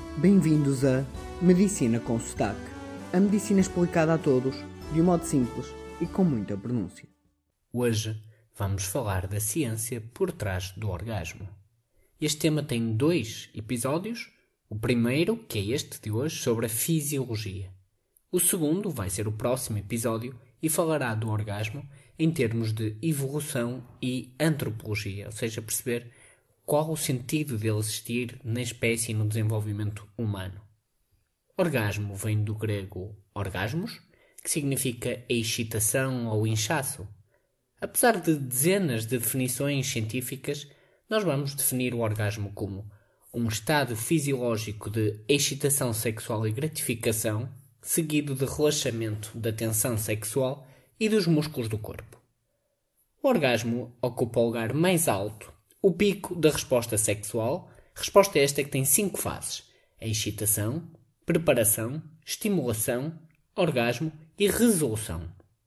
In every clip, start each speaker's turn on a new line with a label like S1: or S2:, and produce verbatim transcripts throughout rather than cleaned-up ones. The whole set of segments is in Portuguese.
S1: Bem-vindos a Medicina com Sotaque, a medicina explicada a todos, de um modo simples e com muita pronúncia.
S2: Hoje vamos falar da ciência por trás do orgasmo. Este tema tem dois episódios. O primeiro, que é este de hoje, sobre a fisiologia. O segundo vai ser o próximo episódio e falará do orgasmo em termos de evolução e antropologia, ou seja, perceber qual o sentido dele existir na espécie e no desenvolvimento humano. Orgasmo vem do grego orgasmos, que significa excitação ou inchaço. Apesar de dezenas de definições científicas, nós vamos definir o orgasmo como um estado fisiológico de excitação sexual e gratificação, seguido de relaxamento da tensão sexual e dos músculos do corpo. O orgasmo ocupa o lugar mais alto, o pico da resposta sexual, resposta esta que tem cinco fases: a excitação, preparação, estimulação, orgasmo e resolução.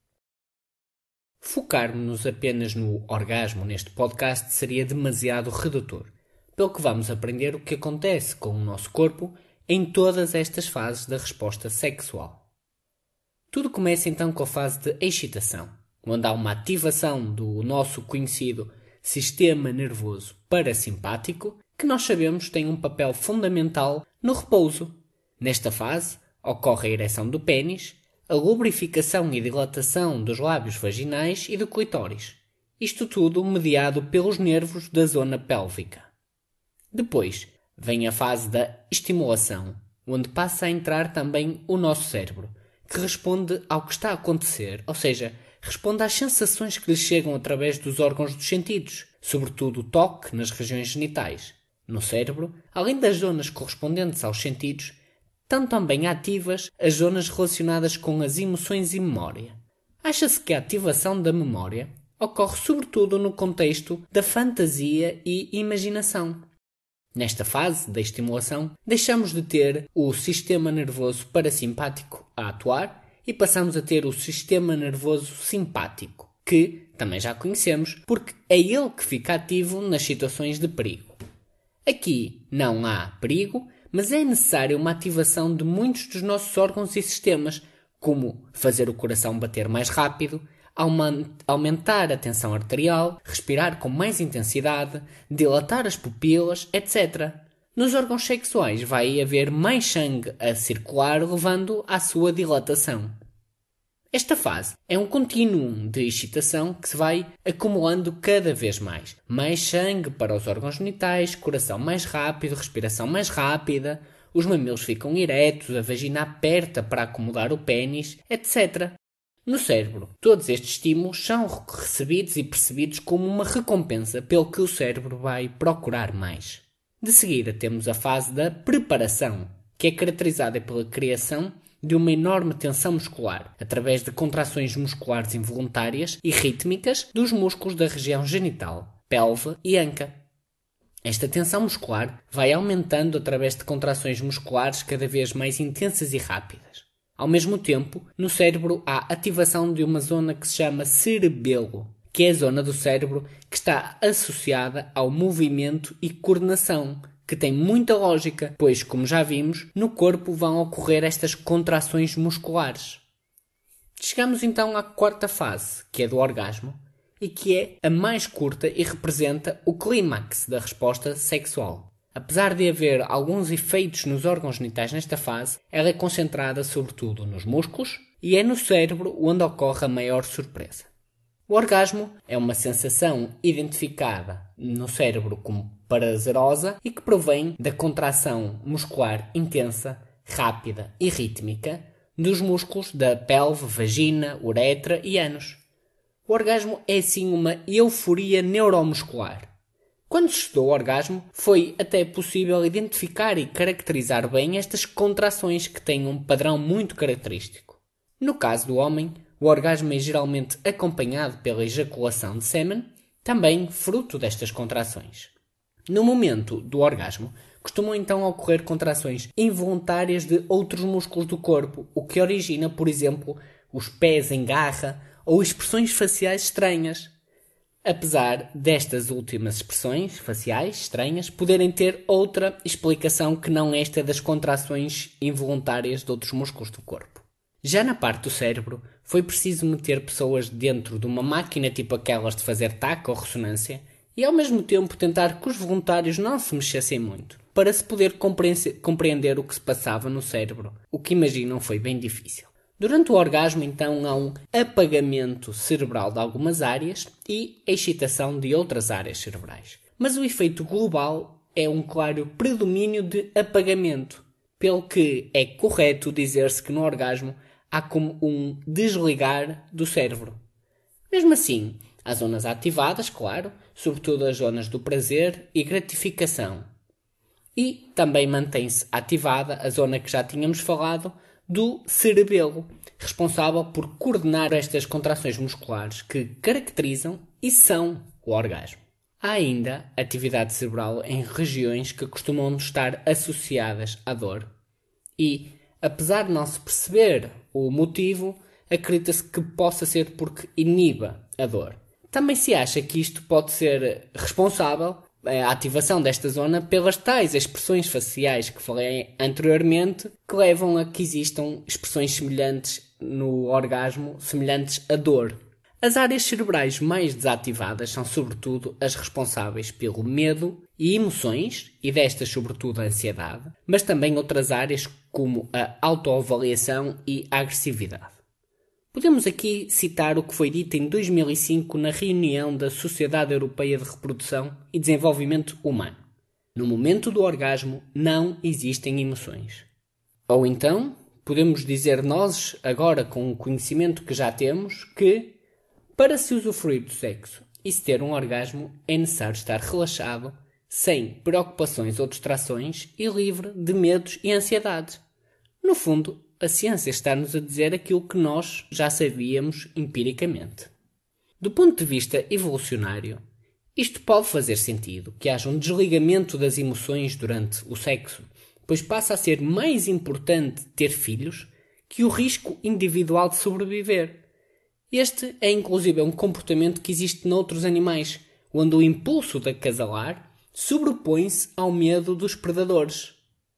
S2: Focar-nos apenas no orgasmo neste podcast seria demasiado redutor, pelo que vamos aprender o que acontece com o nosso corpo em todas estas fases da resposta sexual. Tudo começa então com a fase de excitação, onde há uma ativação do nosso conhecido sistema nervoso parasimpático, que nós sabemos tem um papel fundamental no repouso. Nesta fase, ocorre a ereção do pênis, a lubrificação e dilatação dos lábios vaginais e do clitóris. Isto tudo mediado pelos nervos da zona pélvica. Depois, vem a fase da estimulação, onde passa a entrar também o nosso cérebro, que responde ao que está a acontecer, ou seja, responde às sensações que lhe chegam através dos órgãos dos sentidos, sobretudo o toque nas regiões genitais. No cérebro, além das zonas correspondentes aos sentidos, estão também ativas as zonas relacionadas com as emoções e memória. Acha-se que a ativação da memória ocorre sobretudo no contexto da fantasia e imaginação. Nesta fase da estimulação, deixamos de ter o sistema nervoso parasimpático a atuar e passamos a ter o sistema nervoso simpático, que também já conhecemos porque é ele que fica ativo nas situações de perigo. Aqui não há perigo, mas é necessária uma ativação de muitos dos nossos órgãos e sistemas, como fazer o coração bater mais rápido, aumentar a tensão arterial, respirar com mais intensidade, dilatar as pupilas, etcétera. Nos órgãos sexuais vai haver mais sangue a circular, levando à sua dilatação. Esta fase é um contínuo de excitação que se vai acumulando cada vez mais. Mais sangue para os órgãos genitais, coração mais rápido, respiração mais rápida, os mamilos ficam eretos, a vagina aperta para acomodar o pênis, etcétera. No cérebro, todos estes estímulos são recebidos e percebidos como uma recompensa pelo que o cérebro vai procurar mais. De seguida temos a fase da preparação, que é caracterizada pela criação de uma enorme tensão muscular, através de contrações musculares involuntárias e rítmicas dos músculos da região genital, pelve e anca. Esta tensão muscular vai aumentando através de contrações musculares cada vez mais intensas e rápidas. Ao mesmo tempo, no cérebro há ativação de uma zona que se chama cerebelo, que é a zona do cérebro que está associada ao movimento e coordenação, que tem muita lógica, pois, como já vimos, no corpo vão ocorrer estas contrações musculares. Chegamos então à quarta fase, que é do orgasmo, e que é a mais curta e representa o clímax da resposta sexual. Apesar de haver alguns efeitos nos órgãos genitais nesta fase, ela é concentrada sobretudo nos músculos e é no cérebro onde ocorre a maior surpresa. O orgasmo é uma sensação identificada no cérebro como prazerosa e que provém da contração muscular intensa, rápida e rítmica dos músculos da pelve, vagina, uretra e ânus. O orgasmo é assim uma euforia neuromuscular. Quando se estudou o orgasmo, foi até possível identificar e caracterizar bem estas contrações que têm um padrão muito característico. No caso do homem, o orgasmo é geralmente acompanhado pela ejaculação de sêmen, também fruto destas contrações. No momento do orgasmo, costumam então ocorrer contrações involuntárias de outros músculos do corpo, o que origina, por exemplo, os pés em garra ou expressões faciais estranhas. apesar destas últimas expressões faciais estranhas poderem ter outra explicação que não esta das contrações involuntárias de outros músculos do corpo. Já na parte do cérebro, foi preciso meter pessoas dentro de uma máquina tipo aquelas de fazer taco ou ressonância e ao mesmo tempo tentar que os voluntários não se mexessem muito, para se poder compreender o que se passava no cérebro, o que imaginam foi bem difícil. Durante o orgasmo, então, há um apagamento cerebral de algumas áreas e excitação de outras áreas cerebrais. Mas o efeito global é um claro predomínio de apagamento, pelo que é correto dizer-se que no orgasmo há como um desligar do cérebro. Mesmo assim, há zonas ativadas, claro, sobretudo as zonas do prazer e gratificação. E também mantém-se ativada a zona que já tínhamos falado, do cerebelo, responsável por coordenar estas contrações musculares que caracterizam e são o orgasmo. Há ainda atividade cerebral em regiões que costumam estar associadas à dor e, apesar de não se perceber o motivo, acredita-se que possa ser porque iniba a dor. Também se acha que isto pode ser responsável, a ativação desta zona, pelas tais expressões faciais que falei anteriormente, que levam a que existam expressões semelhantes no orgasmo, semelhantes à dor. As áreas cerebrais mais desativadas são sobretudo as responsáveis pelo medo e emoções, e destas sobretudo a ansiedade, mas também outras áreas como a autoavaliação e a agressividade. Podemos aqui citar o que foi dito em dois mil e cinco na reunião da Sociedade Europeia de Reprodução e Desenvolvimento Humano. No momento do orgasmo não existem emoções. Ou então, podemos dizer nós, agora com o conhecimento que já temos, que para se usufruir do sexo e se ter um orgasmo é necessário estar relaxado, sem preocupações ou distrações e livre de medos e ansiedades. No fundo, a ciência está-nos a dizer aquilo que nós já sabíamos empiricamente. Do ponto de vista evolucionário, isto pode fazer sentido que haja um desligamento das emoções durante o sexo, pois passa a ser mais importante ter filhos que o risco individual de sobreviver. Este é inclusive um comportamento que existe noutros animais, onde o impulso de acasalar sobrepõe-se ao medo dos predadores.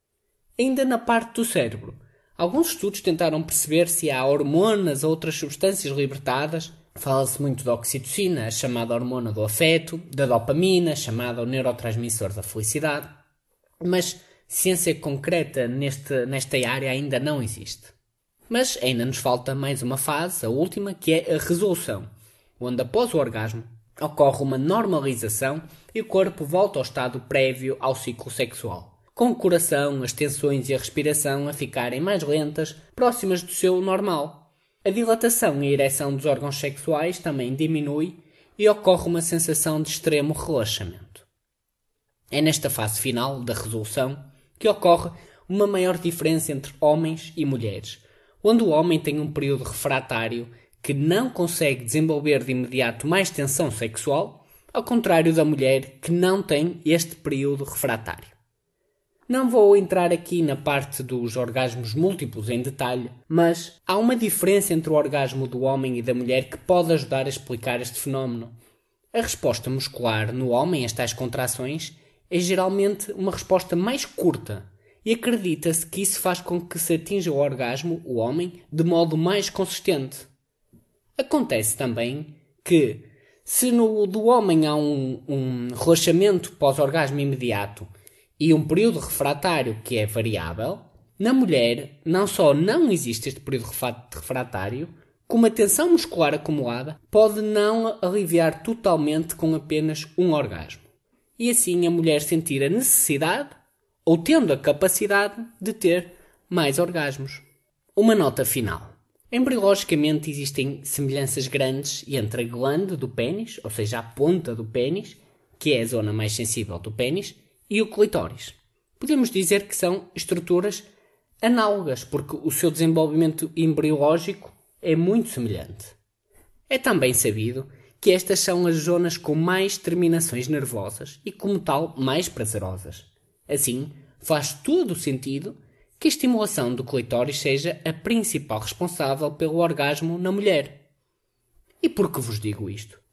S2: Ainda na parte do cérebro, alguns estudos tentaram perceber se há hormonas ou outras substâncias libertadas. Fala-se muito da oxitocina, a chamada hormona do afeto, da dopamina, chamada o neurotransmissor da felicidade, mas ciência concreta neste, nesta área ainda não existe. Mas ainda nos falta mais uma fase, a última, que é a resolução, onde após o orgasmo ocorre uma normalização e o corpo volta ao estado prévio ao ciclo sexual, com o coração, as tensões e a respiração a ficarem mais lentas, próximas do seu normal. A dilatação e a ereção dos órgãos sexuais também diminui e ocorre uma sensação de extremo relaxamento. É nesta fase final da resolução que ocorre uma maior diferença entre homens e mulheres, onde o homem tem um período refratário que não consegue desenvolver de imediato mais tensão sexual, ao contrário da mulher que não tem este período refratário. Não vou entrar aqui na parte dos orgasmos múltiplos em detalhe, mas há uma diferença entre o orgasmo do homem e da mulher que pode ajudar a explicar este fenómeno. A resposta muscular no homem a estas contrações é geralmente uma resposta mais curta e acredita-se que isso faz com que se atinja o orgasmo, o homem, de modo mais consistente. Acontece também que, se no do homem há um, um relaxamento pós-orgasmo imediato e um período refratário que é variável, na mulher não só não existe este período refratário, como a tensão muscular acumulada pode não aliviar totalmente com apenas um orgasmo. E assim a mulher sentir a necessidade, ou tendo a capacidade, de ter mais orgasmos. Uma nota final. Embriologicamente existem semelhanças grandes entre a glande do pênis, ou seja, a ponta do pênis, que é a zona mais sensível do pênis, e o clitóris. Podemos dizer que são estruturas análogas, porque o seu desenvolvimento embriológico é muito semelhante. É também sabido que estas são as zonas com mais terminações nervosas e, como tal, mais prazerosas. Assim, faz todo o sentido que a estimulação do clitóris seja a principal responsável pelo orgasmo na mulher. E por que vos digo isto?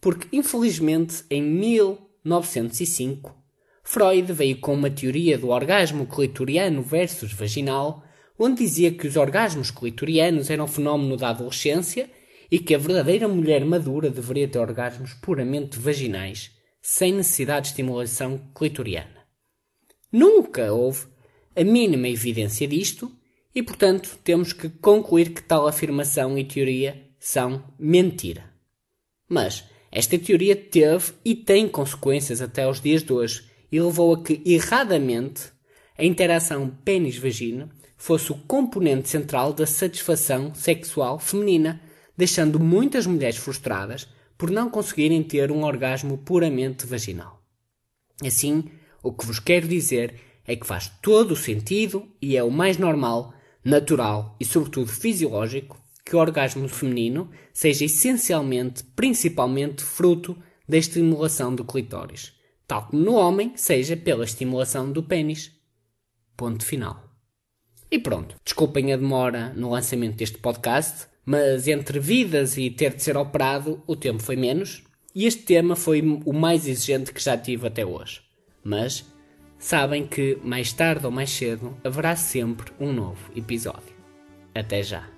S2: porque infelizmente em mil novecentos e cinco Freud veio com uma teoria do orgasmo clitoriano versus vaginal, onde dizia que os orgasmos clitorianos eram um fenómeno da adolescência e que a verdadeira mulher madura deveria ter orgasmos puramente vaginais, sem necessidade de estimulação clitoriana. Nunca houve a mínima evidência disto e, portanto, temos que concluir que tal afirmação e teoria são mentira. Mas esta teoria teve e tem consequências até aos dias de hoje e levou a que, erradamente, a interação pênis-vagina fosse o componente central da satisfação sexual feminina, deixando muitas mulheres frustradas por não conseguirem ter um orgasmo puramente vaginal. Assim, o que vos quero dizer é que faz todo o sentido e é o mais normal, natural e sobretudo fisiológico que o orgasmo feminino seja essencialmente, principalmente, fruto da estimulação do clitóris, tal como no homem seja pela estimulação do pênis. Ponto final. E pronto, desculpem a demora no lançamento deste podcast, mas entre vidas e ter de ser operado, o tempo foi menos, e este tema foi o mais exigente que já tive até hoje. Mas sabem que mais tarde ou mais cedo haverá sempre um novo episódio. Até já!